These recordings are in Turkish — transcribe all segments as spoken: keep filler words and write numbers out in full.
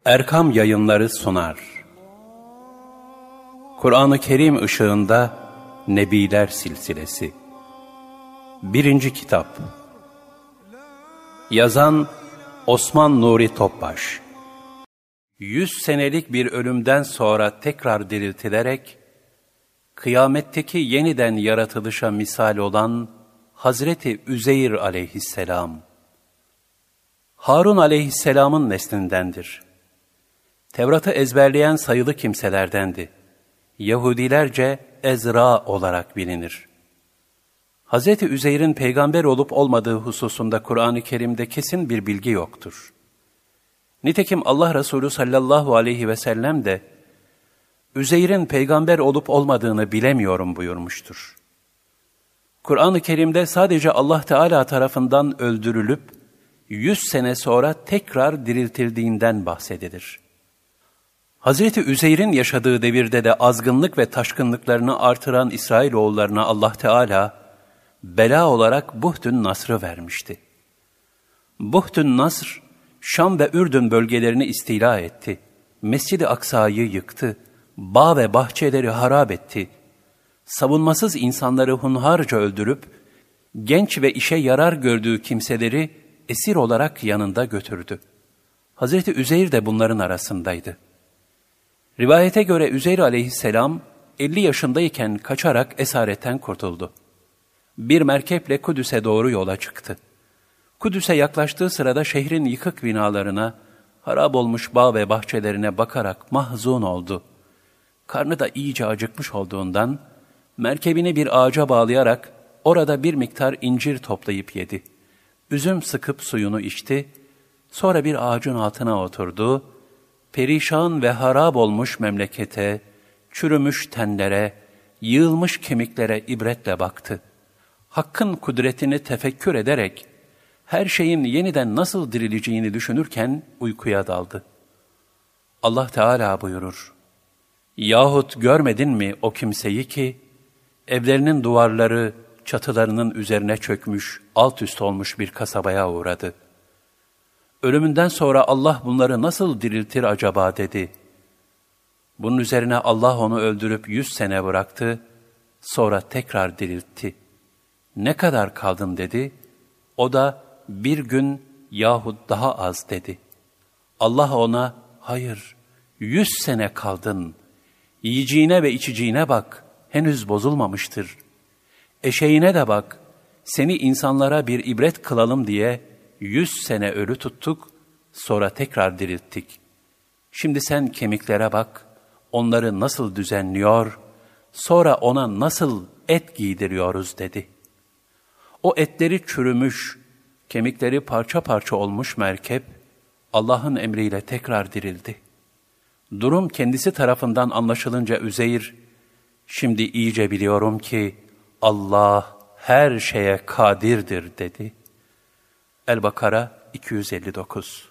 Erkam Yayınları sunar. Kur'an-ı Kerim ışığında Nebiler Silsilesi. Birinci Kitap. Yazan Osman Nuri Topbaş. Yüz senelik bir ölümden sonra tekrar diriltilerek, kıyametteki yeniden yaratılışa misal olan Hazreti Üzeyr aleyhisselam. Harun aleyhisselamın neslindendir. Tevrat'ı ezberleyen sayılı kimselerdendi. Yahudilerce Ezra olarak bilinir. Hazreti Üzeyr'in peygamber olup olmadığı hususunda Kur'an-ı Kerim'de kesin bir bilgi yoktur. Nitekim Allah Resulü sallallahu aleyhi ve sellem de Üzeyr'in peygamber olup olmadığını bilemiyorum buyurmuştur. Kur'an-ı Kerim'de sadece Allah Teala tarafından öldürülüp yüz sene sonra tekrar diriltildiğinden bahsedilir. Hazreti Üzeyr'in yaşadığı devirde de azgınlık ve taşkınlıklarını artıran İsrailoğullarına Allah Teala bela olarak Buhtün Nasr'ı vermişti. Buhtün Nasr, Şam ve Ürdün bölgelerini istila etti. Mescid-i Aksa'yı yıktı. Bağ ve bahçeleri harap etti. Savunmasız insanları hunharca öldürüp, genç ve işe yarar gördüğü kimseleri esir olarak yanında götürdü. Hazreti Üzeyr de bunların arasındaydı. Rivayete göre Üzeyr aleyhisselam elli yaşındayken kaçarak esaretten kurtuldu. Bir merkeple Kudüs'e doğru yola çıktı. Kudüs'e yaklaştığı sırada şehrin yıkık binalarına, harap olmuş bağ ve bahçelerine bakarak mahzun oldu. Karnı da iyice acıkmış olduğundan merkebini bir ağaca bağlayarak orada bir miktar incir toplayıp yedi. Üzüm sıkıp suyunu içti, sonra bir ağacın altına oturdu, perişan ve harap olmuş memlekete, çürümüş tenlere, yığılmış kemiklere ibretle baktı. Hakkın kudretini tefekkür ederek, her şeyin yeniden nasıl dirileceğini düşünürken uykuya daldı. Allah Teala buyurur, "Yahut görmedin mi o kimseyi ki, evlerinin duvarları çatılarının üzerine çökmüş, alt üst olmuş bir kasabaya uğradı. Ölümünden sonra Allah bunları nasıl diriltir acaba dedi. Bunun üzerine Allah onu öldürüp yüz sene bıraktı, sonra tekrar diriltti. Ne kadar kaldın dedi, o da bir gün yahut daha az dedi. Allah ona, hayır, yüz sene kaldın, yiyeceğine ve içeceğine bak, henüz bozulmamıştır. Eşeğine de bak, seni insanlara bir ibret kılalım diye yüz sene ölü tuttuk, sonra tekrar dirilttik. Şimdi sen kemiklere bak, onları nasıl düzenliyor, sonra ona nasıl et giydiriyoruz dedi. O etleri çürümüş, kemikleri parça parça olmuş merkep, Allah'ın emriyle tekrar dirildi. Durum kendisi tarafından anlaşılınca Üzeyr, şimdi iyice biliyorum ki Allah her şeye kadirdir dedi. El-Bakara iki yüz elli dokuz.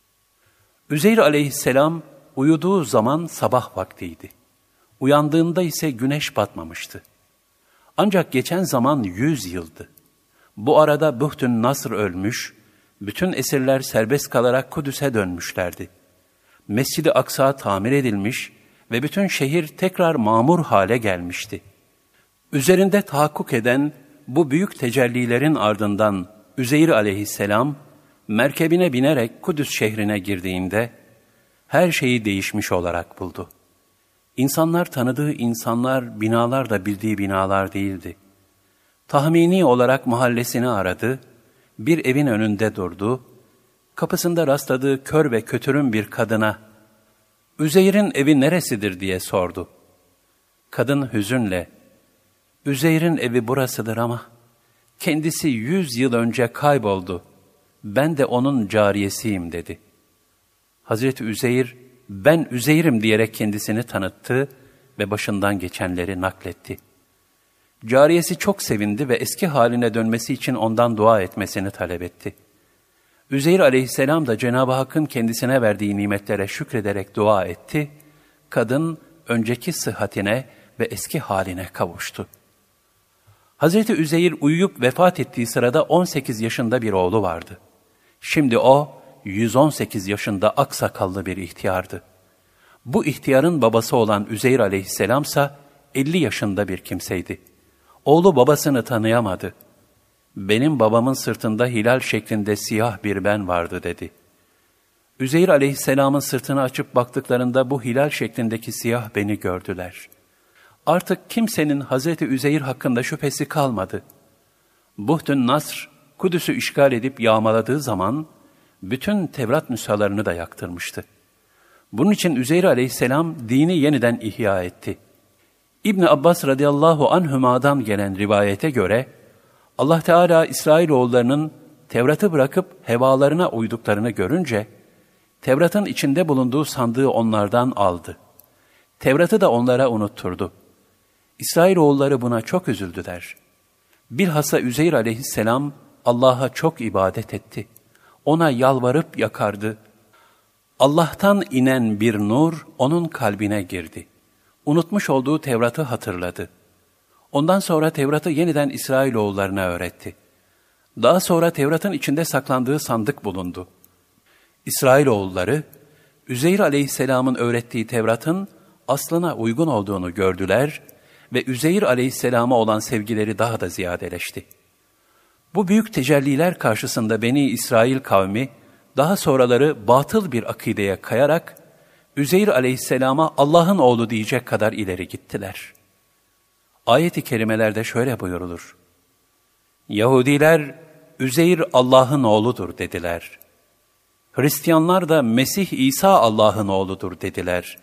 Üzeyr aleyhisselam uyuduğu zaman sabah vaktiydi. Uyandığında ise güneş batmamıştı. Ancak geçen zaman yüz yıldı. Bu arada Buhtün Nasr ölmüş, bütün esirler serbest kalarak Kudüs'e dönmüşlerdi. Mescid-i Aksa tamir edilmiş ve bütün şehir tekrar mamur hale gelmişti. Üzerinde tahakkuk eden bu büyük tecellilerin ardından Üzeyr aleyhisselam merkebine binerek Kudüs şehrine girdiğinde her şeyi değişmiş olarak buldu. İnsanlar tanıdığı insanlar, binalar da bildiği binalar değildi. Tahmini olarak mahallesini aradı, bir evin önünde durdu, kapısında rastladığı kör ve kötürüm bir kadına, "Üzeyr'in evi neresidir?" diye sordu. Kadın hüzünle, "Üzeyr'in evi burasıdır ama kendisi yüz yıl önce kayboldu. Ben de onun cariyesiyim" dedi. Hazreti Üzeyr, "Ben Üzeyr'im" diyerek kendisini tanıttı ve başından geçenleri nakletti. Cariyesi çok sevindi ve eski haline dönmesi için ondan dua etmesini talep etti. Üzeyr aleyhisselam da Cenab-ı Hakk'ın kendisine verdiği nimetlere şükrederek dua etti. Kadın önceki sıhhatine ve eski haline kavuştu. Hazreti Üzeyr uyuyup vefat ettiği sırada on sekiz yaşında bir oğlu vardı. Şimdi o yüz on sekiz yaşında aksakallı bir ihtiyardı. Bu ihtiyarın babası olan Üzeyr aleyhisselamsa elli yaşında bir kimseydi. Oğlu babasını tanıyamadı. Benim babamın sırtında hilal şeklinde siyah bir ben vardı dedi. Üzeyr aleyhisselamın sırtını açıp baktıklarında bu hilal şeklindeki siyah beni gördüler. Artık kimsenin Hazreti Üzeyr hakkında şüphesi kalmadı. Buhtun Nasr, Kudüs'ü işgal edip yağmaladığı zaman bütün Tevrat nüshalarını da yaktırmıştı. Bunun için Üzeyr aleyhisselam dini yeniden ihya etti. İbn Abbas radıyallahu anhüma'dan gelen rivayete göre Allah Teala İsrailoğullarının Tevrat'ı bırakıp hevalarına uyduklarını görünce Tevrat'ın içinde bulunduğu sandığı onlardan aldı. Tevrat'ı da onlara unutturdu. İsrailoğulları buna çok üzüldüler. Bilhassa Üzeyr aleyhisselam Allah'a çok ibadet etti. Ona yalvarıp yakardı. Allah'tan inen bir nur onun kalbine girdi. Unutmuş olduğu Tevrat'ı hatırladı. Ondan sonra Tevrat'ı yeniden İsrailoğullarına öğretti. Daha sonra Tevrat'ın içinde saklandığı sandık bulundu. İsrailoğulları, Üzeyr aleyhisselamın öğrettiği Tevrat'ın aslına uygun olduğunu gördüler ve Üzeyr aleyhisselama olan sevgileri daha da ziyadeleşti. Bu büyük tecelliler karşısında Beni İsrail kavmi, daha sonraları batıl bir akideye kayarak, Üzeyr aleyhisselama Allah'ın oğlu diyecek kadar ileri gittiler. Ayet-i kerimelerde şöyle buyurulur: Yahudiler, Üzeyr Allah'ın oğludur dediler. Hristiyanlar da Mesih İsa Allah'ın oğludur dediler.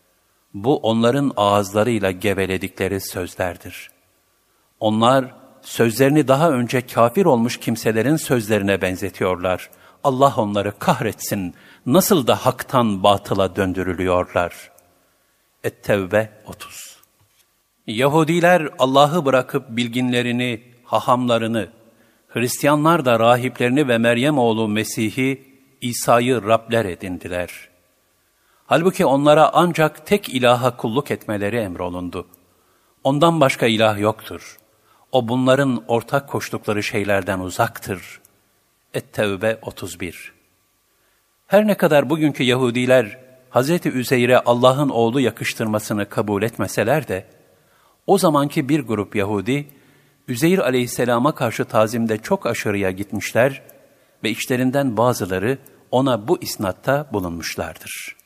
Bu onların ağızlarıyla geveledikleri sözlerdir. Onlar, sözlerini daha önce kafir olmuş kimselerin sözlerine benzetiyorlar. Allah onları kahretsin, nasıl da haktan batıla döndürülüyorlar. Et-Tevbe otuz. Yahudiler Allah'ı bırakıp bilginlerini, hahamlarını, Hristiyanlar da rahiplerini ve Meryem oğlu Mesih'i, İsa'yı Rabler edindiler. Halbuki onlara ancak tek ilaha kulluk etmeleri emrolundu. Ondan başka ilah yoktur. O bunların ortak koştukları şeylerden uzaktır. Et-Tevbe otuz bir. Her ne kadar bugünkü Yahudiler Hazreti Üzeyr'e Allah'ın oğlu yakıştırmasını kabul etmeseler de, o zamanki bir grup Yahudi, Üzeyr aleyhisselama karşı tazimde çok aşırıya gitmişler ve içlerinden bazıları ona bu isnatta bulunmuşlardır.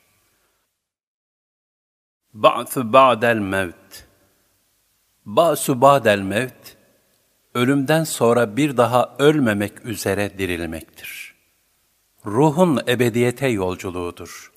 Ba'su ba'del mevt. Ba'su ba'del mevt, ölümden sonra bir daha ölmemek üzere dirilmektir. Ruhun ebediyete yolculuğudur.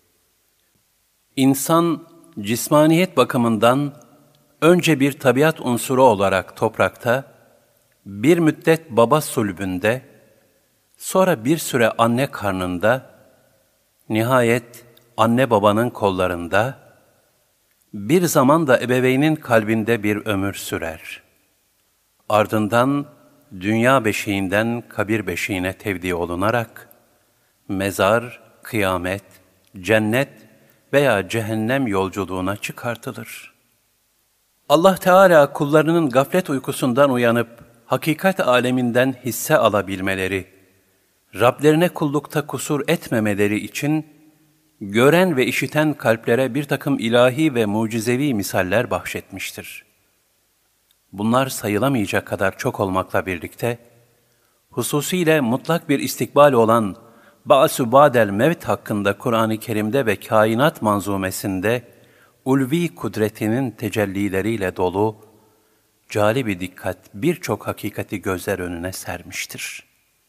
İnsan, cismaniyet bakımından önce bir tabiat unsuru olarak toprakta, bir müddet baba sulbünde, sonra bir süre anne karnında, nihayet anne babanın kollarında, bir zaman da ebeveynin kalbinde bir ömür sürer. Ardından dünya beşiğinden kabir beşiğine tevdi olunarak, mezar, kıyamet, cennet veya cehennem yolculuğuna çıkartılır. Allah Teala kullarının gaflet uykusundan uyanıp, hakikat aleminden hisse alabilmeleri, Rablerine kullukta kusur etmemeleri için, gören ve işiten kalplere bir takım ilahi ve mucizevi misaller bahşetmiştir. Bunlar sayılamayacak kadar çok olmakla birlikte, hususiyle mutlak bir istikbal olan Ba'su ba'del mevt hakkında Kur'an-ı Kerim'de ve kainat manzumesinde ulvi kudretinin tecellileriyle dolu, cali dikkat birçok hakikati gözler önüne sermiştir.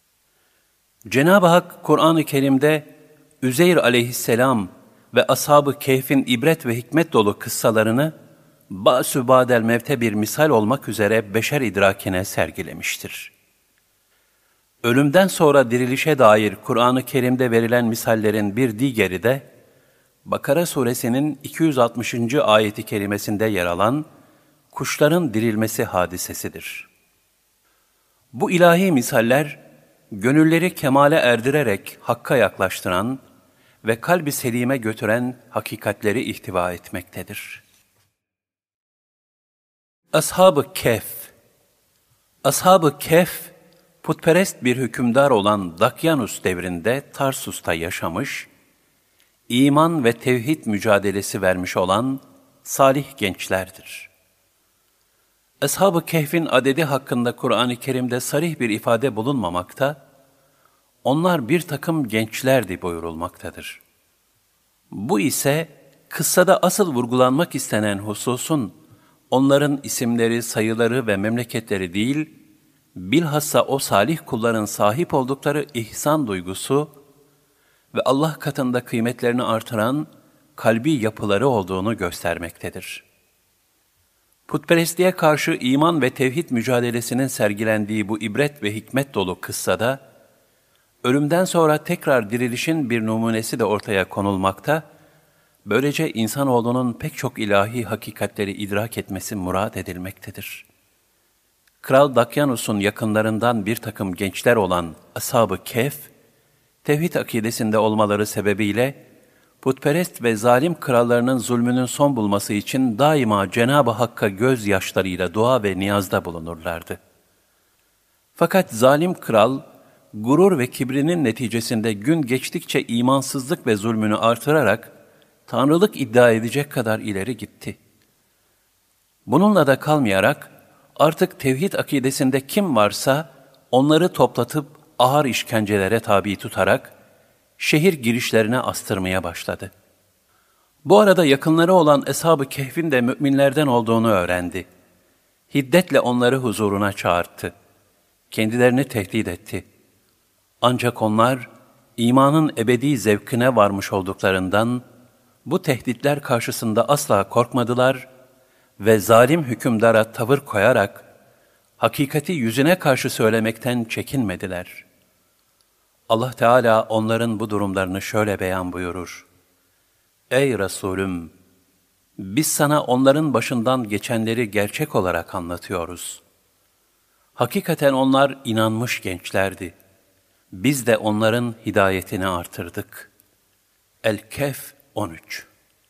Cenab-ı Hak Kur'an-ı Kerim'de Üzeyr aleyhisselam ve Ashab-ı Kehf'in ibret ve hikmet dolu kıssalarını Ba'su ba'del mevte bir misal olmak üzere beşer idrakine sergilemiştir. Ölümden sonra dirilişe dair Kur'an-ı Kerim'de verilen misallerin bir diğeri de Bakara suresinin iki yüz altmışıncı ayeti kerimesinde yer alan kuşların dirilmesi hadisesidir. Bu ilahi misaller, gönülleri kemale erdirerek hakka yaklaştıran ve kalbi selime götüren hakikatleri ihtiva etmektedir. Ashab-ı Kehf. Ashab-ı Kehf, putperest bir hükümdar olan Dakyanus devrinde Tarsus'ta yaşamış, iman ve tevhid mücadelesi vermiş olan salih gençlerdir. Ashab-ı Kehf'in adedi hakkında Kur'an-ı Kerim'de sarih bir ifade bulunmamakta, onlar bir takım gençlerdi buyurulmaktadır. Bu ise kıssada asıl vurgulanmak istenen hususun, onların isimleri, sayıları ve memleketleri değil, bilhassa o salih kulların sahip oldukları ihsan duygusu ve Allah katında kıymetlerini artıran kalbi yapıları olduğunu göstermektedir. Putperestliğe karşı iman ve tevhid mücadelesinin sergilendiği bu ibret ve hikmet dolu kıssada, ölümden sonra tekrar dirilişin bir numunesi de ortaya konulmakta, böylece insanoğlunun pek çok ilahi hakikatleri idrak etmesi murad edilmektedir. Kral Dakyanus'un yakınlarından bir takım gençler olan Ashab-ı Kehf, tevhid akidesinde olmaları sebebiyle, putperest ve zalim krallarının zulmünün son bulması için daima Cenab-ı Hakk'a gözyaşlarıyla dua ve niyazda bulunurlardı. Fakat zalim kral, gurur ve kibrinin neticesinde gün geçtikçe imansızlık ve zulmünü artırarak, tanrılık iddia edecek kadar ileri gitti. Bununla da kalmayarak, artık tevhid akidesinde kim varsa, onları toplatıp ağır işkencelere tabi tutarak, şehir girişlerine astırmaya başladı. Bu arada yakınları olan Ashab-ı Kehf'in de müminlerden olduğunu öğrendi. Hiddetle onları huzuruna çağırttı. Kendilerini tehdit etti. Ancak onlar, imanın ebedi zevkine varmış olduklarından, bu tehditler karşısında asla korkmadılar ve zalim hükümdara tavır koyarak, hakikati yüzüne karşı söylemekten çekinmediler. Allah Teala onların bu durumlarını şöyle beyan buyurur. Ey Resulüm! Biz sana onların başından geçenleri gerçek olarak anlatıyoruz. Hakikaten onlar inanmış gençlerdi. Biz de onların hidayetini artırdık. El-Kehf on üç.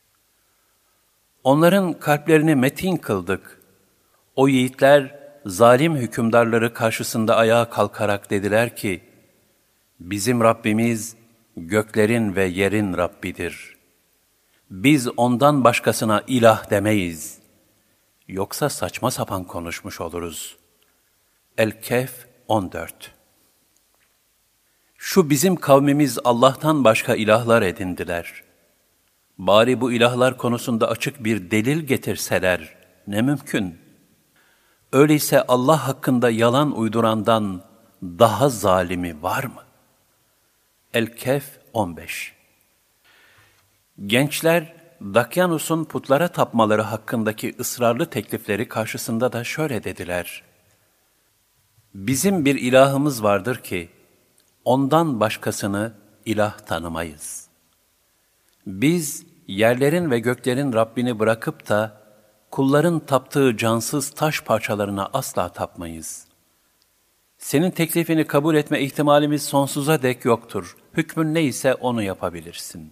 Onların kalplerini metin kıldık. O yiğitler zalim hükümdarları karşısında ayağa kalkarak dediler ki, bizim Rabbimiz göklerin ve yerin Rabbidir. Biz ondan başkasına ilah demeyiz. Yoksa saçma sapan konuşmuş oluruz. El-Kehf on dört. Şu bizim kavmimiz Allah'tan başka ilahlar edindiler. Bari bu ilahlar konusunda açık bir delil getirseler ne mümkün. Öyleyse Allah hakkında yalan uydurandan daha zalimi var mı? El-Kehf on beş. Gençler, Dakyanus'un putlara tapmaları hakkındaki ısrarlı teklifleri karşısında da şöyle dediler. Bizim bir ilahımız vardır ki, ondan başkasını ilah tanımayız. Biz, yerlerin ve göklerin Rabbini bırakıp da, kulların taptığı cansız taş parçalarına asla tapmayız. Senin teklifini kabul etme ihtimalimiz sonsuza dek yoktur. Hükmün neyse onu yapabilirsin.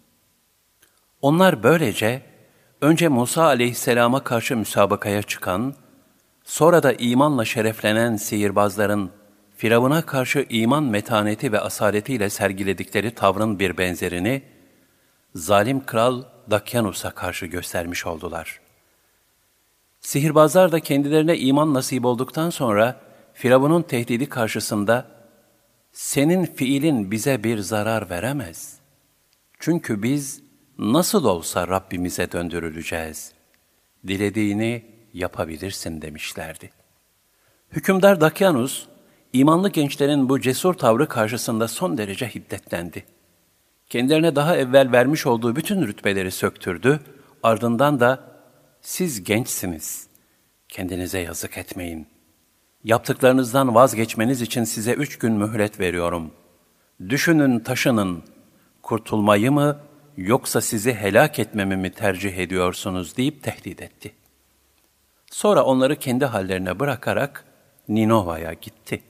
Onlar böylece, önce Musa aleyhisselama karşı müsabakaya çıkan, sonra da imanla şereflenen sihirbazların, Firavun'a karşı iman metaneti ve asaletiyle sergiledikleri tavrın bir benzerini, zalim kral Dakyanus'a karşı göstermiş oldular. Sihirbazlar da kendilerine iman nasip olduktan sonra, Firavun'un tehdidi karşısında, senin fiilin bize bir zarar veremez. Çünkü biz nasıl olsa Rabbimize döndürüleceğiz. Dilediğini yapabilirsin demişlerdi. Hükümdar Dakyanus, imanlı gençlerin bu cesur tavrı karşısında son derece hiddetlendi. Kendilerine daha evvel vermiş olduğu bütün rütbeleri söktürdü, ardından da, siz gençsiniz, kendinize yazık etmeyin. Yaptıklarınızdan vazgeçmeniz için size üç gün mühlet veriyorum. Düşünün, taşının, kurtulmayı mı, yoksa sizi helak etmemi mi tercih ediyorsunuz deyip tehdit etti. Sonra onları kendi hallerine bırakarak Ninova'ya gitti.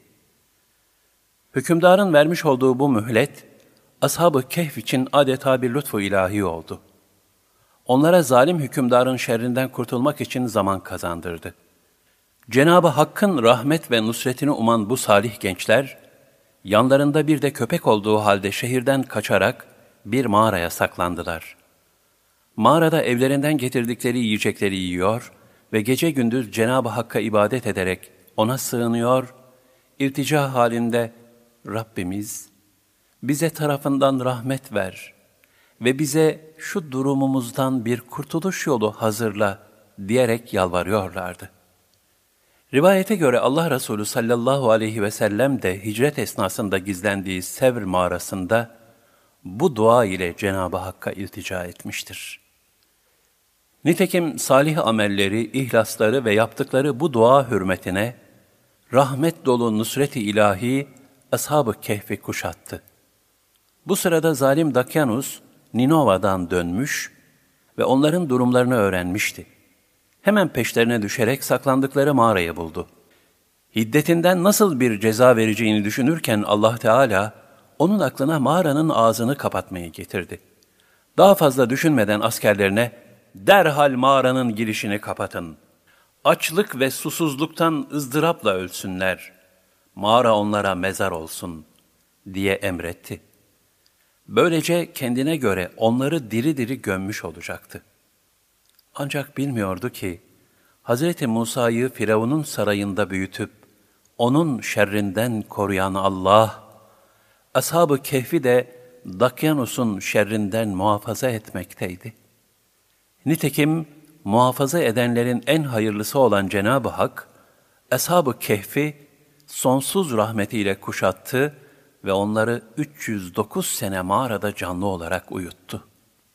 Hükümdarın vermiş olduğu bu mühlet, Ashab-ı Kehf için adeta bir lütfu ilahi oldu. Onlara zalim hükümdarın şerrinden kurtulmak için zaman kazandırdı. Cenab-ı Hakk'ın rahmet ve nusretini uman bu salih gençler, yanlarında bir de köpek olduğu halde şehirden kaçarak bir mağaraya saklandılar. Mağarada evlerinden getirdikleri yiyecekleri yiyor ve gece gündüz Cenab-ı Hakk'a ibadet ederek ona sığınıyor, iltica halinde Rabbimiz bize tarafından rahmet ver ve bize şu durumumuzdan bir kurtuluş yolu hazırla diyerek yalvarıyorlardı. Rivayete göre Allah Resulü sallallahu aleyhi ve sellem de hicret esnasında gizlendiği Sevr mağarasında bu dua ile Cenab-ı Hakk'a iltica etmiştir. Nitekim salih amelleri, ihlasları ve yaptıkları bu dua hürmetine rahmet dolu nusret-i ilahi Ashab-ı Kehf'i kuşattı. Bu sırada zalim Dakyanus Ninova'dan dönmüş ve onların durumlarını öğrenmişti. Hemen peşlerine düşerek saklandıkları mağarayı buldu. Hiddetinden nasıl bir ceza vereceğini düşünürken Allah Teala onun aklına mağaranın ağzını kapatmayı getirdi. Daha fazla düşünmeden askerlerine derhal mağaranın girişini kapatın. Açlık ve susuzluktan ızdırapla ölsünler. Mağara onlara mezar olsun diye emretti. Böylece kendine göre onları diri diri gömmüş olacaktı. Ancak bilmiyordu ki, Hazreti Musa'yı Firavun'un sarayında büyütüp, onun şerrinden koruyan Allah, Ashab-ı Kehf'i de Dakyanus'un şerrinden muhafaza etmekteydi. Nitekim muhafaza edenlerin en hayırlısı olan Cenab-ı Hak, Ashab-ı Kehf'i sonsuz rahmetiyle kuşattı ve onları üç yüz dokuz sene mağarada canlı olarak uyuttu.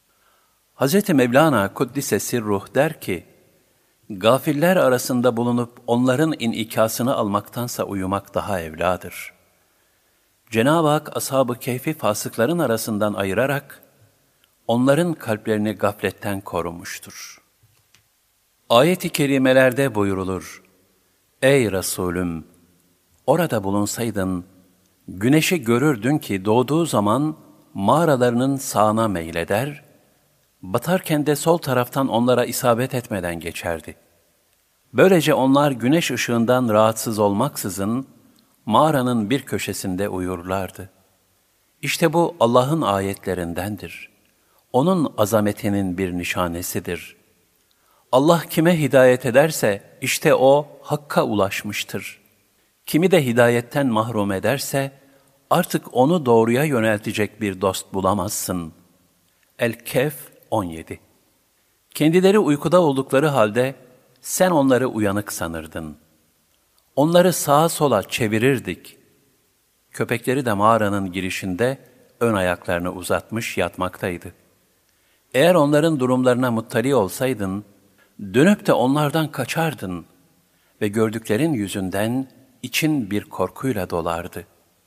Hz. Mevlana Kuddise Sirruh der ki, gafiller arasında bulunup onların inikasını almaktansa uyumak daha evladır. Cenab-ı Hak Ashab-ı Kehf'i fasıkların arasından ayırarak, onların kalplerini gafletten korumuştur. Ayet-i kerimelerde buyurulur, ey Resulüm, orada bulunsaydın, güneşi görürdün ki doğduğu zaman mağaralarının sağına meyleder, batarken de sol taraftan onlara isabet etmeden geçerdi. Böylece onlar güneş ışığından rahatsız olmaksızın mağaranın bir köşesinde uyurlardı. İşte bu Allah'ın ayetlerindendir. Onun azametinin bir nişanesidir. Allah kime hidayet ederse işte o Hakk'a ulaşmıştır. Kimi de hidayetten mahrum ederse artık onu doğruya yöneltecek bir dost bulamazsın. El-Kehf on yedi. Kendileri uykuda oldukları halde sen onları uyanık sanırdın. Onları sağa sola çevirirdik. Köpekleri de mağaranın girişinde ön ayaklarını uzatmış yatmaktaydı. Eğer onların durumlarına muttali olsaydın, dönüp de onlardan kaçardın ve gördüklerin yüzünden için bir korkuyla dolardı.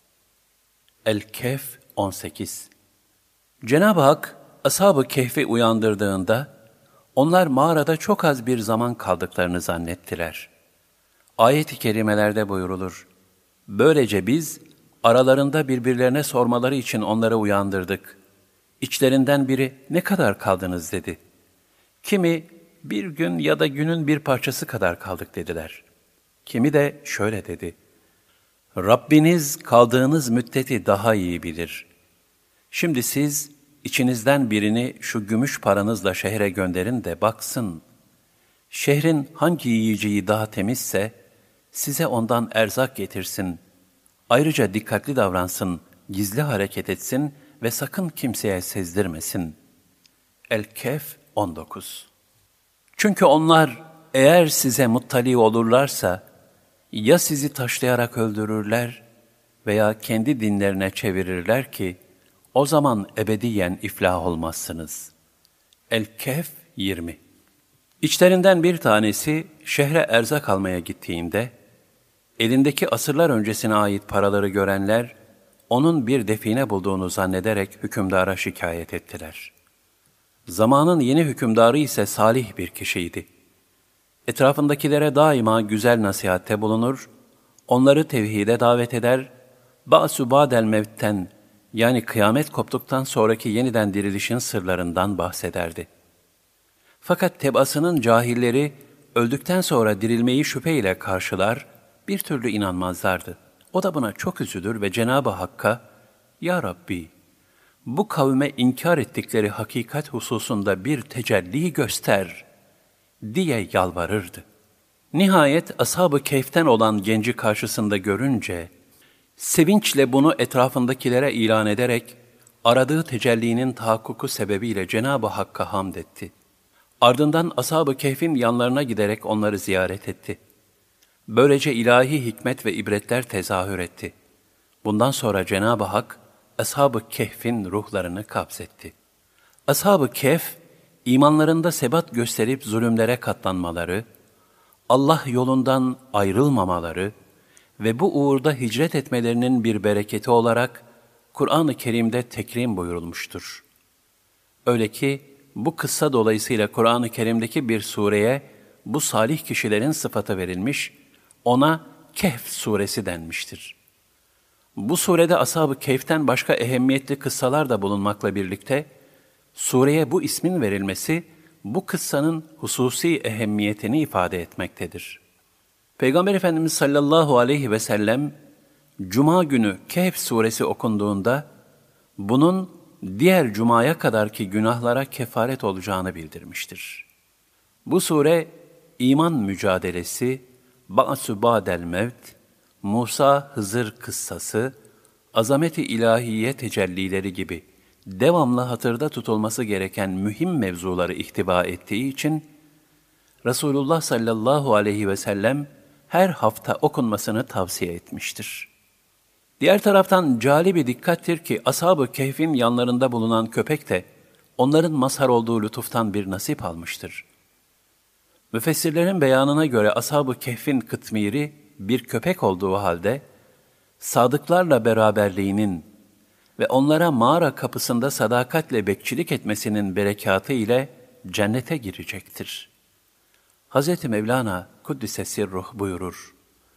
El-Kehf on sekiz. Cenab-ı Hak, Ashab-ı Kehf'i uyandırdığında, onlar mağarada çok az bir zaman kaldıklarını zannettiler. Ayet-i kerimelerde buyurulur, böylece biz, aralarında birbirlerine sormaları için onları uyandırdık. İçlerinden biri, ne kadar kaldınız dedi. Kimi, bir gün ya da günün bir parçası kadar kaldık dediler. Kimi de şöyle dedi, Rabbiniz kaldığınız müddeti daha iyi bilir. Şimdi siz, İçinizden birini şu gümüş paranızla şehre gönderin de baksın. Şehrin hangi yiyeceği daha temizse, size ondan erzak getirsin. Ayrıca dikkatli davransın, gizli hareket etsin ve sakın kimseye sezdirmesin. El-Kehf on dokuz. Çünkü onlar eğer size muttali olurlarsa, ya sizi taşlayarak öldürürler veya kendi dinlerine çevirirler ki, o zaman ebediyen iflah olmazsınız. El-Kehf yirmi. İçlerinden bir tanesi şehre erzak almaya gittiğinde, elindeki asırlar öncesine ait paraları görenler, onun bir define bulduğunu zannederek hükümdara şikayet ettiler. Zamanın yeni hükümdarı ise salih bir kişiydi. Etrafındakilere daima güzel nasihatte bulunur, onları tevhide davet eder, ba'su ba'del mevtten, yani kıyamet koptuktan sonraki yeniden dirilişin sırlarından bahsederdi. Fakat tebaasının cahilleri öldükten sonra dirilmeyi şüpheyle karşılar, bir türlü inanmazlardı. O da buna çok üzülür ve Cenab-ı Hakk'a, "Ya Rabbi, bu kavme inkar ettikleri hakikat hususunda bir tecelli göster," diye yalvarırdı. Nihayet Ashab-ı Kehf'ten olan genci karşısında görünce, sevinçle bunu etrafındakilere ilan ederek, aradığı tecellinin tahakkuku sebebiyle Cenab-ı Hakk'a hamd etti. Ardından Ashab-ı Kehf'in yanlarına giderek onları ziyaret etti. Böylece ilahi hikmet ve ibretler tezahür etti. Bundan sonra Cenab-ı Hak, Ashab-ı Kehf'in ruhlarını kabzetti. Ashab-ı Kehf, imanlarında sebat gösterip zulümlere katlanmaları, Allah yolundan ayrılmamaları ve bu uğurda hicret etmelerinin bir bereketi olarak Kur'an-ı Kerim'de tekrim buyurulmuştur. Öyle ki bu kıssa dolayısıyla Kur'an-ı Kerim'deki bir sureye bu salih kişilerin sıfatı verilmiş, ona Kehf suresi denmiştir. Bu surede Ashab-ı Kehf'ten başka ehemmiyetli kıssalar da bulunmakla birlikte, sureye bu ismin verilmesi, bu kıssanın hususi ehemmiyetini ifade etmektedir. Peygamber Efendimiz sallallahu aleyhi ve sellem, Cuma günü Kehf suresi okunduğunda, bunun diğer Cuma'ya kadarki günahlara kefaret olacağını bildirmiştir. Bu sure, iman mücadelesi, Ba'su ba'del mevt, Musa Hızır kıssası, azameti ilahiye tecellileri gibi devamlı hatırda tutulması gereken mühim mevzuları ihtiva ettiği için, Resulullah sallallahu aleyhi ve sellem her hafta okunmasını tavsiye etmiştir. Diğer taraftan cali bir dikkattir ki, Ashab-ı Kehf'in yanlarında bulunan köpek de, onların mazhar olduğu lütuftan bir nasip almıştır. Müfessirlerin beyanına göre Ashab-ı Kehf'in kıtmiri bir köpek olduğu halde, sadıklarla beraberliğinin ve onlara mağara kapısında sadakatle bekçilik etmesinin berekatı ile cennete girecektir. Hazreti Mevlana Kuddise Sirruh buyurur,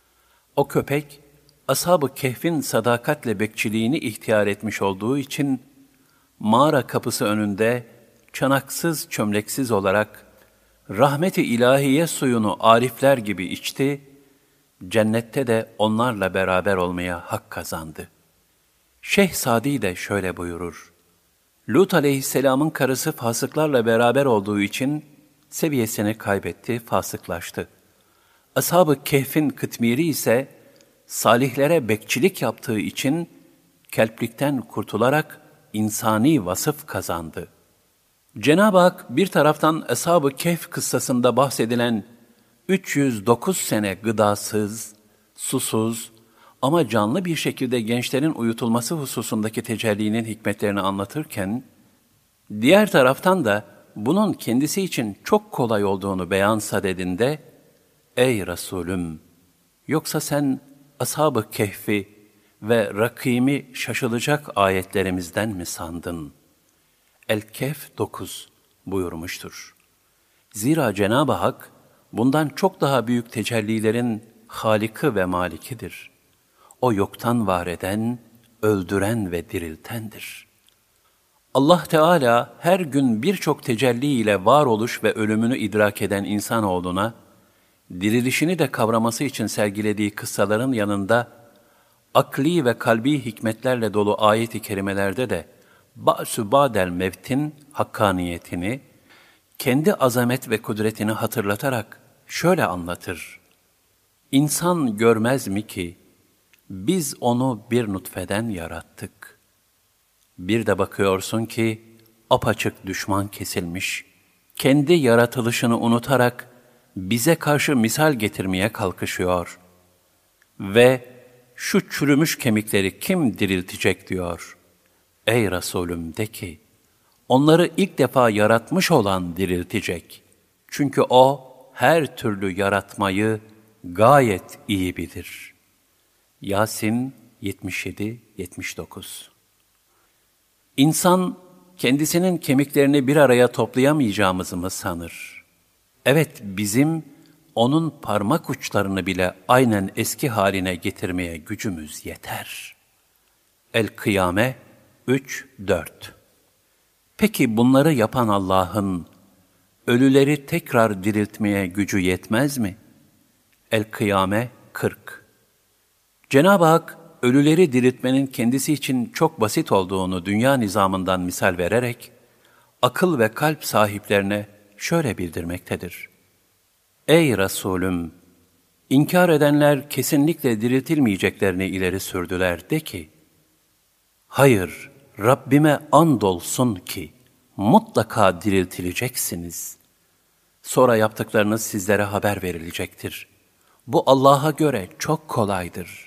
o köpek, Ashab-ı Kehf'in sadakatle bekçiliğini ihtiyar etmiş olduğu için, mağara kapısı önünde çanaksız çömleksiz olarak, rahmet-i ilahiye suyunu arifler gibi içti, cennette de onlarla beraber olmaya hak kazandı. Şeyh Sadi de şöyle buyurur, Lut aleyhisselamın karısı fasıklarla beraber olduğu için seviyesini kaybetti, fasıklaştı. Ashab-ı Kehf'in kıtmiri ise salihlere bekçilik yaptığı için kelplikten kurtularak insani vasıf kazandı. Cenab-ı Hak bir taraftan Ashab-ı Kehf kıssasında bahsedilen üç yüz dokuz sene gıdasız, susuz ama canlı bir şekilde gençlerin uyutulması hususundaki tecellinin hikmetlerini anlatırken, diğer taraftan da bunun kendisi için çok kolay olduğunu beyan sadedinde, "Ey Resulüm, yoksa sen Ashab-ı Kehf'i ve Rakîm'i şaşılacak ayetlerimizden mi sandın?" El-Kehf dokuz buyurmuştur. Zira Cenab-ı Hak, bundan çok daha büyük tecellilerin Halik'i ve Malikidir. O yoktan var eden, öldüren ve diriltendir. Allah Teala her gün birçok tecelli ile varoluş ve ölümünü idrak eden insanoğluna, dirilişini de kavraması için sergilediği kıssaların yanında, akli ve kalbi hikmetlerle dolu ayet-i kerimelerde de, Ba'su ba'del mevtin hakkaniyetini, kendi azamet ve kudretini hatırlatarak şöyle anlatır. İnsan görmez mi ki, biz onu bir nutfeden yarattık. Bir de bakıyorsun ki, apaçık düşman kesilmiş, kendi yaratılışını unutarak bize karşı misal getirmeye kalkışıyor. Ve şu çürümüş kemikleri kim diriltecek diyor. Ey Resulüm de ki, onları ilk defa yaratmış olan diriltecek. Çünkü o her türlü yaratmayı gayet iyi bilir. Yasin yetmiş yedi yetmiş dokuz. İnsan kendisinin kemiklerini bir araya toplayamayacağımızı mı sanır? Evet, bizim onun parmak uçlarını bile aynen eski haline getirmeye gücümüz yeter. El-Kıyame üç dört. Peki bunları yapan Allah'ın ölüleri tekrar diriltmeye gücü yetmez mi? El-Kıyame kırk. Cenab-ı Hak, ölüleri diriltmenin kendisi için çok basit olduğunu dünya nizamından misal vererek, akıl ve kalp sahiplerine şöyle bildirmektedir. Ey Resulüm! İnkar edenler kesinlikle diriltilmeyeceklerini ileri sürdüler. De ki, hayır, Rabbime andolsun ki mutlaka diriltileceksiniz. Sonra yaptıklarınız sizlere haber verilecektir. Bu Allah'a göre çok kolaydır.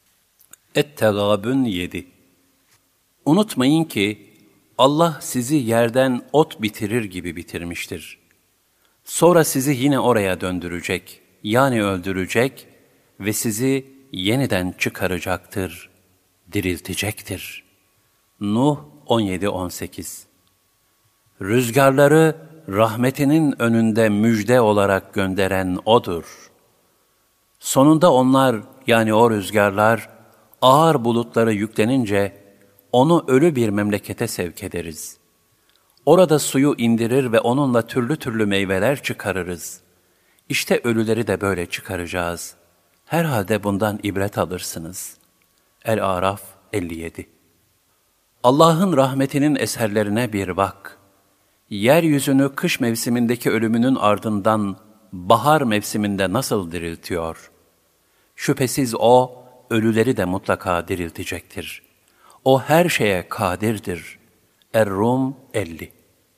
Et-Tegâbün yedi. Unutmayın ki Allah sizi yerden ot bitirir gibi bitirmiştir. Sonra sizi yine oraya döndürecek, yani öldürecek ve sizi yeniden çıkaracaktır, diriltecektir. Nuh on yedi on sekiz. Rüzgarları rahmetinin önünde müjde olarak gönderen O'dur. Sonunda onlar, yani o rüzgarlar, ağır bulutları yüklenince onu ölü bir memlekete sevk ederiz. Orada suyu indirir ve onunla türlü türlü meyveler çıkarırız. İşte ölüleri de böyle çıkaracağız. Herhalde bundan ibret alırsınız. El-Araf elli yedi. Allah'ın rahmetinin eserlerine bir bak. Yeryüzünü kış mevsimindeki ölümünün ardından bahar mevsiminde nasıl diriltiyor? Şüphesiz O, ölüleri de mutlaka diriltecektir. O her şeye kadirdir. Er-Rum elli.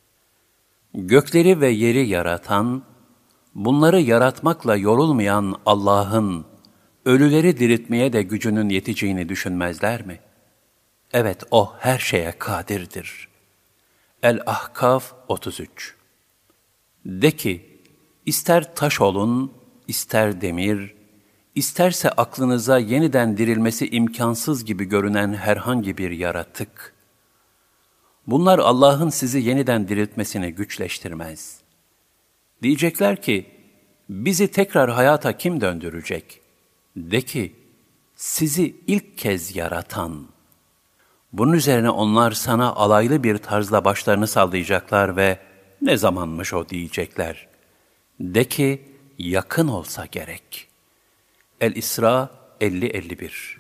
Gökleri ve yeri yaratan, bunları yaratmakla yorulmayan Allah'ın, ölüleri diriltmeye de gücünün yeteceğini düşünmezler mi? Evet, O her şeye kadirdir. El-Ahkaf otuz üç. De ki, ister taş olun, ister demir, isterse aklınıza yeniden dirilmesi imkansız gibi görünen herhangi bir yaratık. Bunlar Allah'ın sizi yeniden diriltmesini güçleştirmez. Diyecekler ki, bizi tekrar hayata kim döndürecek? De ki, sizi ilk kez yaratan. Bunun üzerine onlar sana alaylı bir tarzla başlarını sallayacaklar ve ne zamanmış o diyecekler. De ki, yakın olsa gerek. El-İsra elli elli bir.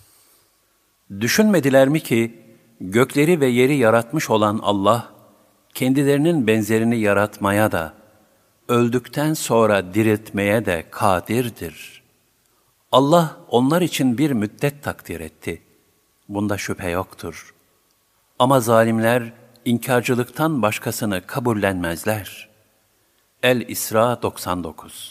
Düşünmediler mi ki, gökleri ve yeri yaratmış olan Allah, kendilerinin benzerini yaratmaya da, öldükten sonra diriltmeye de kadirdir. Allah onlar için bir müddet takdir etti. Bunda şüphe yoktur. Ama zalimler inkarcılıktan başkasını kabullenmezler. El-İsra doksan dokuz.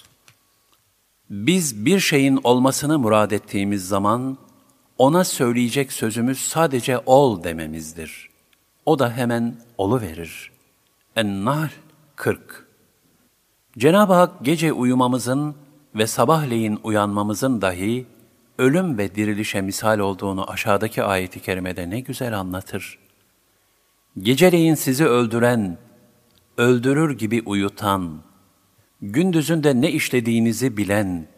Biz bir şeyin olmasını murad ettiğimiz zaman, ona söyleyecek sözümüz sadece ol dememizdir. O da hemen oluverir. En-Nahl kırk. Cenab-ı Hak gece uyumamızın ve sabahleyin uyanmamızın dahi ölüm ve dirilişe misal olduğunu aşağıdaki ayet-i kerimede ne güzel anlatır. Geceleyin sizi öldüren, öldürür gibi uyutan, gündüzün de ne işlediğinizi bilen,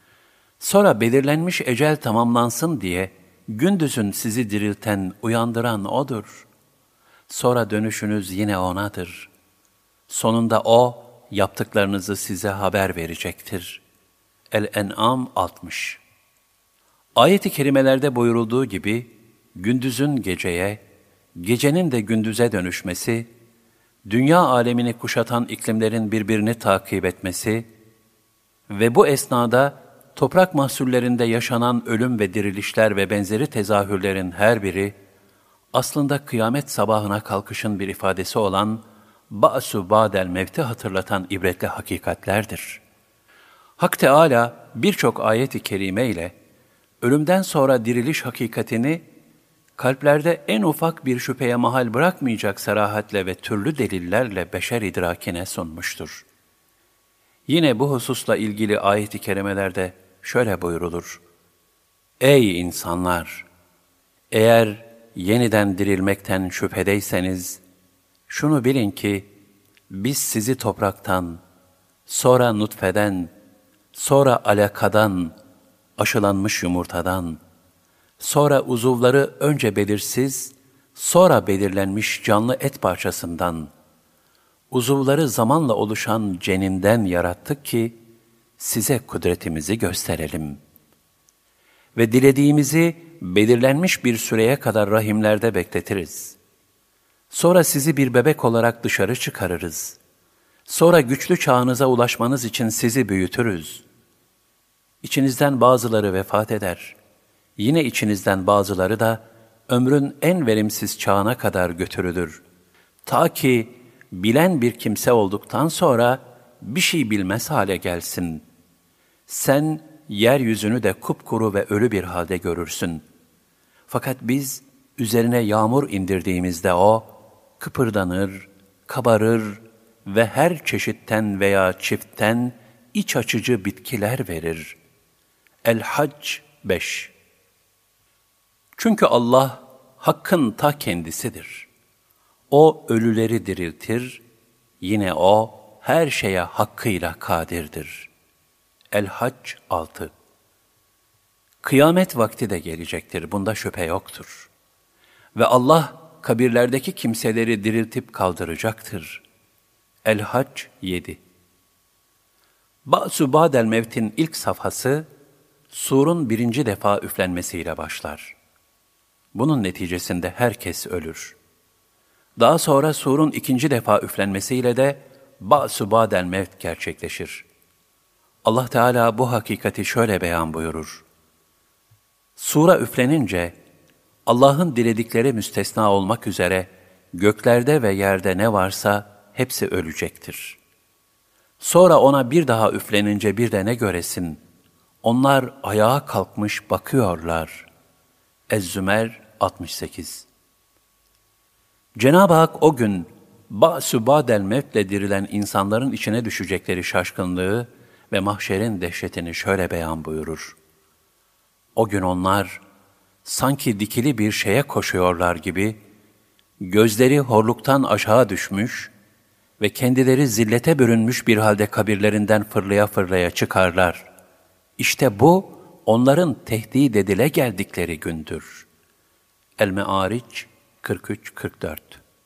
sonra belirlenmiş ecel tamamlansın diye gündüzün sizi dirilten, uyandıran O'dur. Sonra dönüşünüz yine O'nadır. Sonunda O, yaptıklarınızı size haber verecektir. El-En'am altmış. Ayet-i kerimelerde buyurulduğu gibi, gündüzün geceye, gecenin de gündüze dönüşmesi, dünya alemini kuşatan iklimlerin birbirini takip etmesi ve bu esnada toprak mahsullerinde yaşanan ölüm ve dirilişler ve benzeri tezahürlerin her biri, aslında kıyamet sabahına kalkışın bir ifadesi olan ba'su ba'del mevti hatırlatan ibretli hakikatlerdir. Hak Teâlâ birçok ayet-i kerime ile ölümden sonra diriliş hakikatini kalplerde en ufak bir şüpheye mahal bırakmayacak serahatle ve türlü delillerle beşer idrakine sunmuştur. Yine bu hususla ilgili ayet-i kerimelerde şöyle buyrulur. Ey insanlar! Eğer yeniden dirilmekten şüphedeyseniz, şunu bilin ki, biz sizi topraktan, sonra nutfeden, sonra alakadan, aşılanmış yumurtadan, sonra uzuvları önce belirsiz, sonra belirlenmiş canlı et parçasından, uzuvları zamanla oluşan ceninden yarattık ki, size kudretimizi gösterelim. ve dilediğimizi belirlenmiş bir süreye kadar rahimlerde bekletiriz. Sonra sizi bir bebek olarak dışarı çıkarırız. Sonra güçlü çağınıza ulaşmanız için sizi büyütürüz. İçinizden bazıları vefat eder. Yine içinizden bazıları da ömrün en verimsiz çağına kadar götürülür. Ta ki bilen bir kimse olduktan sonra bir şey bilmez hale gelsin. Sen yeryüzünü de kupkuru ve ölü bir halde görürsün. Fakat biz üzerine yağmur indirdiğimizde o kıpırdanır, kabarır ve her çeşitten veya çiftten iç açıcı bitkiler verir. El-Hac beş. Çünkü Allah hakkın ta kendisidir. O ölüleri diriltir, yine o her şeye hakkıyla kadirdir. El-Hac altı. Kıyamet vakti de gelecektir, bunda şüphe yoktur. Ve Allah kabirlerdeki kimseleri diriltip kaldıracaktır. El-Hac yedi. Ba'su ba'del mevtin ilk safhası, surun birinci defa üflenmesiyle başlar. Bunun neticesinde herkes ölür. Daha sonra surun ikinci defa üflenmesiyle de Ba'su ba'del mevt gerçekleşir. Allah Teala bu hakikati şöyle beyan buyurur. Sura üflenince, Allah'ın diledikleri müstesna olmak üzere göklerde ve yerde ne varsa hepsi ölecektir. Sonra ona bir daha üflenince bir de ne göresin? Onlar ayağa kalkmış bakıyorlar. Ez-Zümer altmış sekiz. Cenab-ı Hak o gün Ba'su ba'del mevtle dirilen insanların içine düşecekleri şaşkınlığı ve mahşerin dehşetini şöyle beyan buyurur. O gün onlar sanki dikili bir şeye koşuyorlar gibi, gözleri horluktan aşağı düşmüş ve kendileri zillete bürünmüş bir halde kabirlerinden fırlaya fırlaya çıkarlar. İşte bu onların tehdit edile geldikleri gündür. El-Me'ariç kırk üç kırk dört.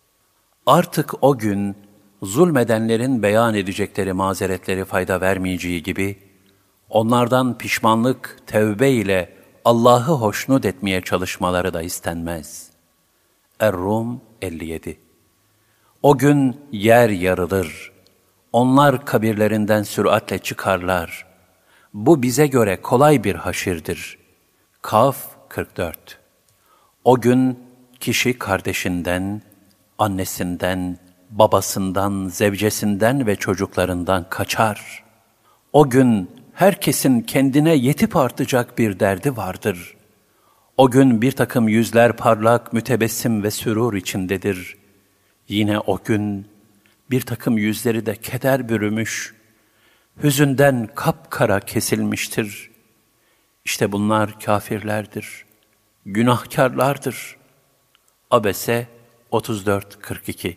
Artık o gün zulmedenlerin beyan edecekleri mazeretleri fayda vermeyeceği gibi, onlardan pişmanlık, tevbe ile Allah'ı hoşnut etmeye çalışmaları da istenmez. Er-Rum elli yedi. O gün yer yarılır, onlar kabirlerinden süratle çıkarlar. Bu bize göre kolay bir haşirdir. Kaf kırk dört. O gün kişi kardeşinden, annesinden, babasından, zevcesinden ve çocuklarından kaçar. O gün herkesin kendine yetip artacak bir derdi vardır. O gün bir takım yüzler parlak, mütebessim ve sürur içindedir. Yine o gün bir takım yüzleri de keder bürümüş, hüzünden kapkara kesilmiştir. İşte bunlar kafirlerdir, günahkarlardır. Abese otuz dört kırk iki.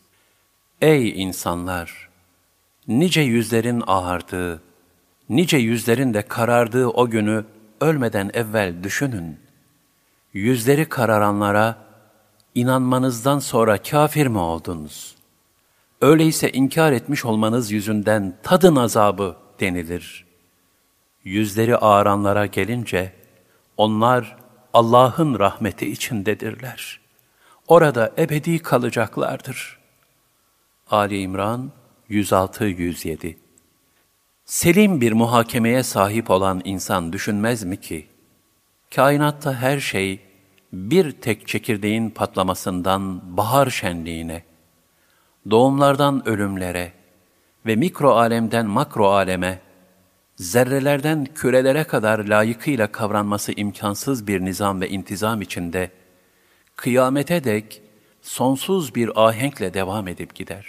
Ey insanlar! Nice yüzlerin ağardığı, nice yüzlerin de karardığı o günü ölmeden evvel düşünün. Yüzleri kararanlara, inanmanızdan sonra kafir mi oldunuz? Öyleyse inkar etmiş olmanız yüzünden tadın azabı denilir. Yüzleri ağaranlara gelince, onlar Allah'ın rahmeti içindedirler. Orada ebedi kalacaklardır. Ali İmran yüz altı yüz yedi. Selim bir muhakemeye sahip olan insan düşünmez mi ki, kainatta her şey bir tek çekirdeğin patlamasından bahar şenliğine, doğumlardan ölümlere ve mikro alemden makro aleme, zerrelerden kürelere kadar layıkıyla kavranması imkansız bir nizam ve intizam içinde, kıyamete dek sonsuz bir ahenkle devam edip gider.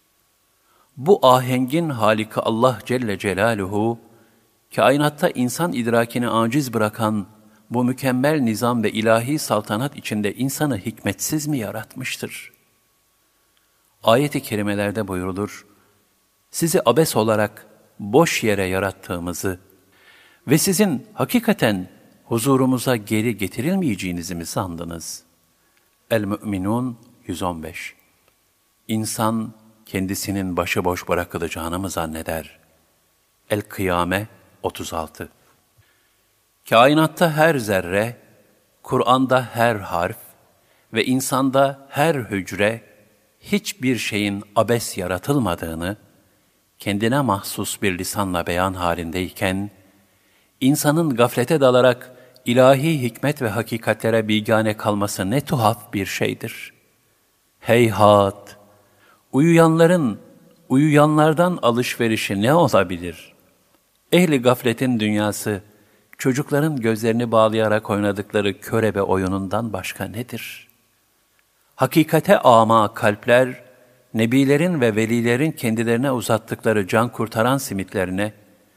Bu ahengin Haliki Allah Celle Celaluhu, kainatta insan idrakini aciz bırakan bu mükemmel nizam ve ilahi saltanat içinde insanı hikmetsiz mi yaratmıştır? Ayet-i kerimelerde buyrulur, sizi abes olarak boş yere yarattığımızı ve sizin hakikaten huzurumuza geri getirilmeyeceğinizi mi sandınız? El-Mü'minun yüz on beş. İnsan kendisinin başıboş bırakılacağını mı zanneder? El-Kıyame otuz altı. Kainatta her zerre, Kur'an'da her harf ve insanda her hücre hiçbir şeyin abes yaratılmadığını, kendine mahsus bir lisanla beyan halindeyken, insanın gaflete dalarak ilahi hikmet ve hakikatlere bigane kalması ne tuhaf bir şeydir. Heyhat! Uyuyanların, uyuyanlardan alışverişi ne olabilir? Ehli gafletin dünyası, çocukların gözlerini bağlayarak oynadıkları körebe oyunundan başka nedir? Hakikate ama kalpler, nebilerin ve velilerin kendilerine uzattıkları can kurtaran simitlerine,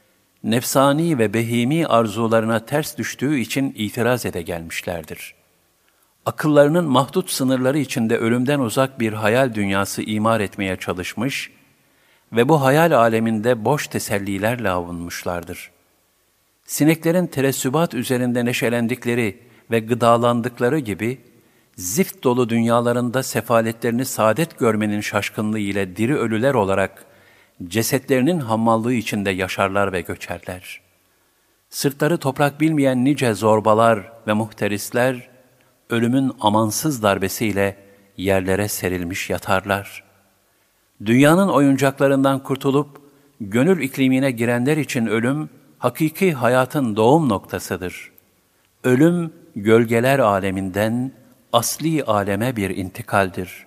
nefsani ve behimi arzularına ters düştüğü için itiraz ede gelmişlerdir. Akıllarının mahdut sınırları içinde ölümden uzak bir hayal dünyası imar etmeye çalışmış ve bu hayal aleminde boş tesellilerle avunmuşlardır. Sineklerin teressübat üzerinde neşelendikleri ve gıdalandıkları gibi, zift dolu dünyalarında sefaletlerini saadet görmenin şaşkınlığı ile diri ölüler olarak, cesetlerinin hammallığı içinde yaşarlar ve göçerler. Sırtları toprak bilmeyen nice zorbalar ve muhterisler, ölümün amansız darbesiyle yerlere serilmiş yatarlar. Dünyanın oyuncaklarından kurtulup, gönül iklimine girenler için ölüm, hakiki hayatın doğum noktasıdır. Ölüm, gölgeler aleminden asli aleme bir intikaldir.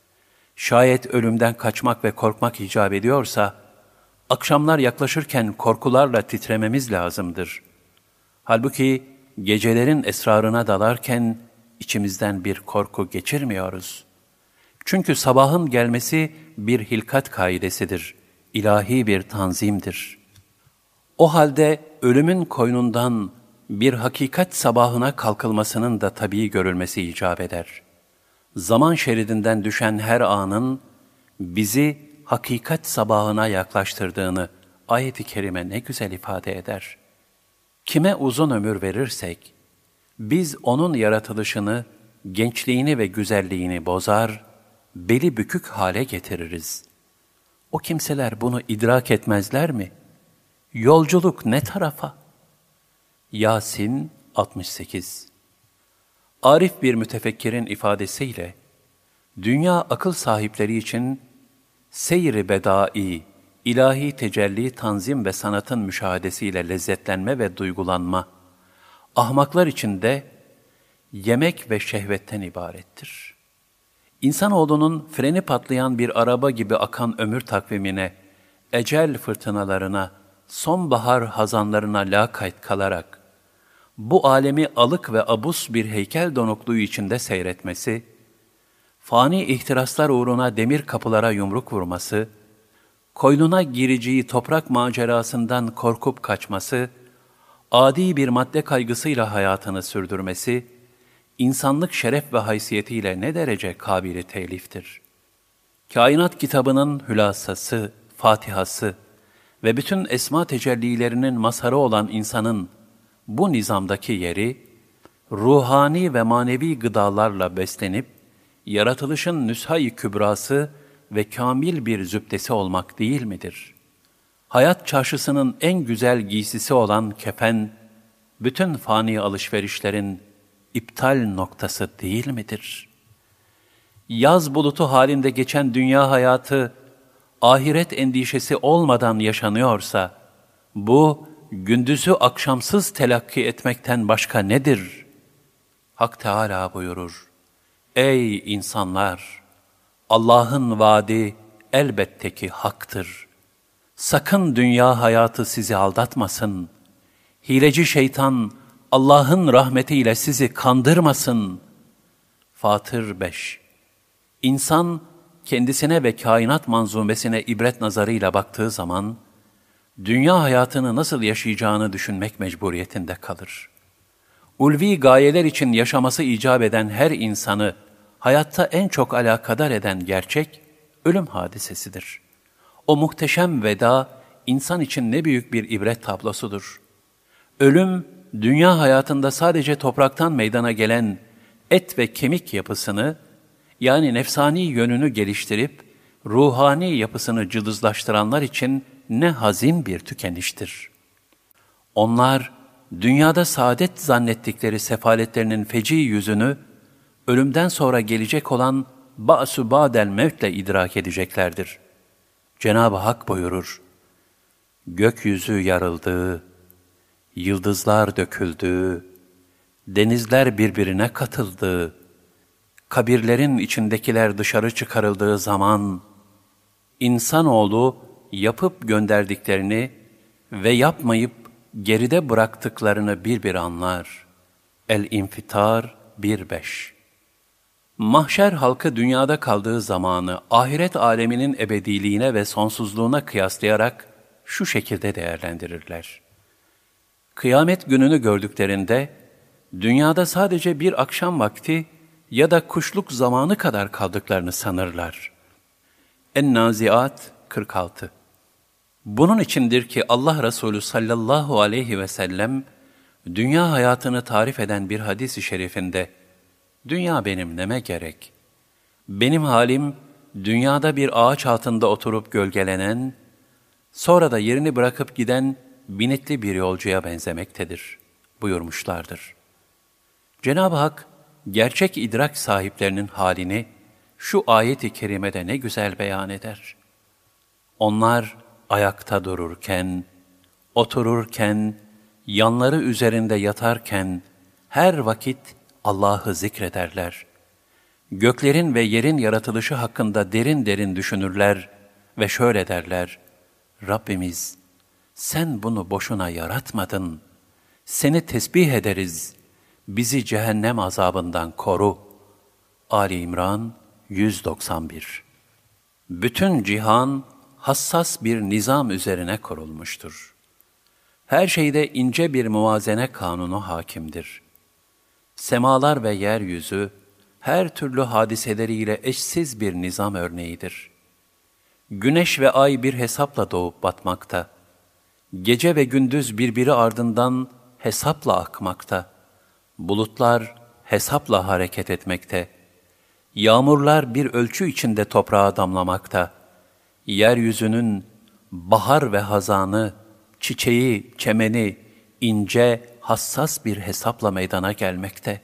Şayet ölümden kaçmak ve korkmak icap ediyorsa, akşamlar yaklaşırken korkularla titrememiz lazımdır. Halbuki gecelerin esrarına dalarken içimizden bir korku geçirmiyoruz. Çünkü sabahın gelmesi bir hilkat kaidesidir, ilahi bir tanzimdir. O halde ölümün koynundan bir hakikat sabahına kalkılmasının da tabii görülmesi icap eder. Zaman şeridinden düşen her anın bizi hakikat sabahına yaklaştırdığını ayet-i kerime ne güzel ifade eder. Kime uzun ömür verirsek, biz onun yaratılışını, gençliğini ve güzelliğini bozar, beli bükük hale getiririz. O kimseler bunu idrak etmezler mi? Yolculuk ne tarafa? Yasin altmış sekiz. Arif bir mütefekkirin ifadesiyle, dünya akıl sahipleri için seyr-i bedai, ilahi tecelli, tanzim ve sanatın müşahadesiyle lezzetlenme ve duygulanma, ahmaklar için de yemek ve şehvetten ibarettir. İnsanoğlunun freni patlayan bir araba gibi akan ömür takvimine, ecel fırtınalarına, sonbahar hazanlarına lakayt kalarak, bu alemi alık ve abus bir heykel donukluğu içinde seyretmesi, fani ihtiraslar uğruna demir kapılara yumruk vurması, koynuna gireceği toprak macerasından korkup kaçması, adi bir madde kaygısıyla hayatını sürdürmesi, insanlık şeref ve haysiyetiyle ne derece kabili teliftir. Kainat kitabının hülasası, fatihası ve bütün esma tecellilerinin mazharı olan insanın bu nizamdaki yeri, ruhani ve manevi gıdalarla beslenip, yaratılışın nüshâ-i kübrası ve kamil bir zübdesi olmak değil midir? Hayat çarşısının en güzel giysisi olan kefen, bütün fani alışverişlerin iptal noktası değil midir? Yaz bulutu halinde geçen dünya hayatı, ahiret endişesi olmadan yaşanıyorsa, bu, gündüzü akşamsız telakki etmekten başka nedir? Hak Teâlâ buyurur, ey insanlar! Allah'ın vaadi elbette ki haktır. Sakın dünya hayatı sizi aldatmasın. Hileci şeytan Allah'ın rahmetiyle sizi kandırmasın. Fatır beş. İnsan kendisine ve kainat manzumesine ibret nazarıyla baktığı zaman, dünya hayatını nasıl yaşayacağını düşünmek mecburiyetinde kalır. Ulvi gayeler için yaşaması icap eden her insanı hayatta en çok alakadar eden gerçek, ölüm hadisesidir. O muhteşem veda, insan için ne büyük bir ibret tablosudur. Ölüm, dünya hayatında sadece topraktan meydana gelen et ve kemik yapısını, yani nefsani yönünü geliştirip, ruhani yapısını cılızlaştıranlar için ne hazin bir tükeniştir. Onlar, dünyada saadet zannettikleri sefaletlerinin feci yüzünü, ölümden sonra gelecek olan ba'su ba'del mevtle idrak edeceklerdir. Cenab-ı Hak buyurur, gökyüzü yarıldı, yıldızlar döküldü, denizler birbirine katıldı, kabirlerin içindekiler dışarı çıkarıldığı zaman, insanoğlu yapıp gönderdiklerini ve yapmayıp geride bıraktıklarını bir bir anlar. El-İnfitar bir beş. Mahşer halkı dünyada kaldığı zamanı ahiret aleminin ebediliğine ve sonsuzluğuna kıyaslayarak şu şekilde değerlendirirler. Kıyamet gününü gördüklerinde, dünyada sadece bir akşam vakti ya da kuşluk zamanı kadar kaldıklarını sanırlar. En-Naziat kırk altı. Bunun içindir ki Allah Resulü sallallahu aleyhi ve sellem, dünya hayatını tarif eden bir hadis-i şerifinde, dünya benim neme gerek? Benim halim, dünyada bir ağaç altında oturup gölgelenen, sonra da yerini bırakıp giden binetli bir yolcuya benzemektedir buyurmuşlardır. Cenab-ı Hak, gerçek idrak sahiplerinin halini şu ayet-i kerimede ne güzel beyan eder. Onlar ayakta dururken, otururken, yanları üzerinde yatarken her vakit Allah'ı zikrederler. Göklerin ve yerin yaratılışı hakkında derin derin düşünürler ve şöyle derler: Rabbimiz, sen bunu boşuna yaratmadın. Seni tesbih ederiz. Bizi cehennem azabından koru. Ali İmran yüz doksan bir. Bütün cihan hassas bir nizam üzerine kurulmuştur. Her şeyde ince bir muvazene kanunu hakimdir. Semalar ve yeryüzü her türlü hadiseleriyle eşsiz bir nizam örneğidir. Güneş ve ay bir hesapla doğup batmakta. Gece ve gündüz birbiri ardından hesapla akmakta. Bulutlar hesapla hareket etmekte. Yağmurlar bir ölçü içinde toprağa damlamakta. Yeryüzünün bahar ve hazanı, çiçeği, çemeni ince, hassas bir hesapla meydana gelmekte.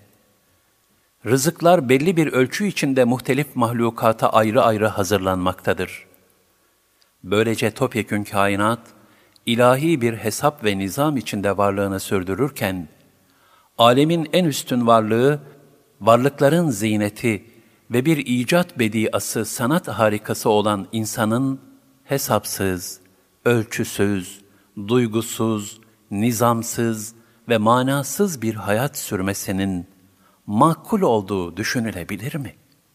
Rızıklar belli bir ölçü içinde muhtelif mahlukata ayrı ayrı hazırlanmaktadır. Böylece topyekün kainat, ilahi bir hesap ve nizam içinde varlığını sürdürürken, alemin en üstün varlığı, varlıkların ziyneti ve bir icat bediası, sanat harikası olan insanın hesapsız, ölçüsüz, duygusuz, nizamsız ve manasız bir hayat sürmesinin makul olduğu düşünülebilir mi?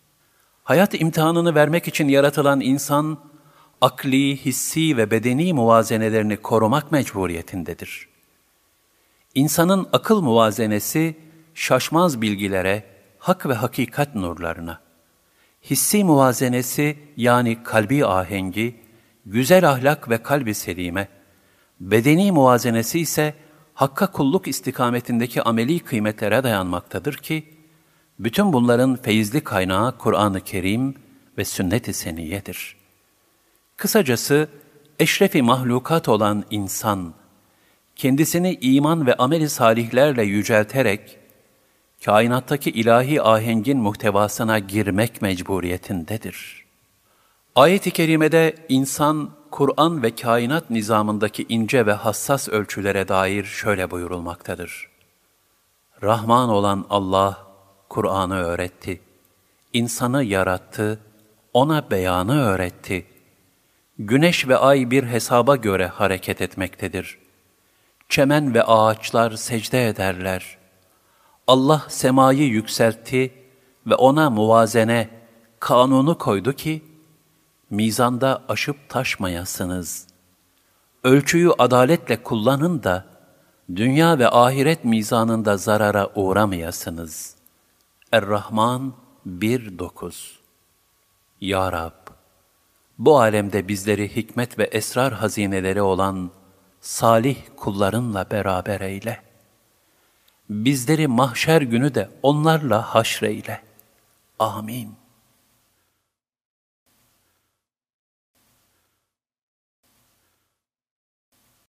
Hayat imtihanını vermek için yaratılan insan, akli, hissi ve bedeni muvazenelerini korumak mecburiyetindedir. İnsanın akıl muvazenesi, şaşmaz bilgilere, hak ve hakikat nurlarına, hissi muvazenesi yani kalbi ahengi, güzel ahlak ve kalbi selime, bedeni muvazenesi ise hakka kulluk istikametindeki ameli kıymetlere dayanmaktadır ki, bütün bunların feyizli kaynağı Kur'an-ı Kerim ve sünnet-i seniyyedir. Kısacası, eşrefi mahlukat olan insan, kendisini iman ve amel-i salihlerle yücelterek, kainattaki ilahi ahengin muhtevasına girmek mecburiyetindedir. Ayet-i kerimede insan, Kur'an ve kainat nizamındaki ince ve hassas ölçülere dair şöyle buyurulmaktadır. Rahman olan Allah, Kur'an'ı öğretti. İnsanı yarattı, ona beyanı öğretti. Güneş ve ay bir hesaba göre hareket etmektedir. Çemen ve ağaçlar secde ederler. Allah semayı yükseltti ve ona muvazene, kanunu koydu ki, mizanda aşıp taşmayasınız. Ölçüyü adaletle kullanın da, dünya ve ahiret mizanında zarara uğramayasınız. Er-Rahman bir dokuz. Ya Rab, bu alemde bizleri hikmet ve esrar hazineleri olan salih kullarınla beraber eyle. Bizleri mahşer günü de onlarla haşreyle. Amin.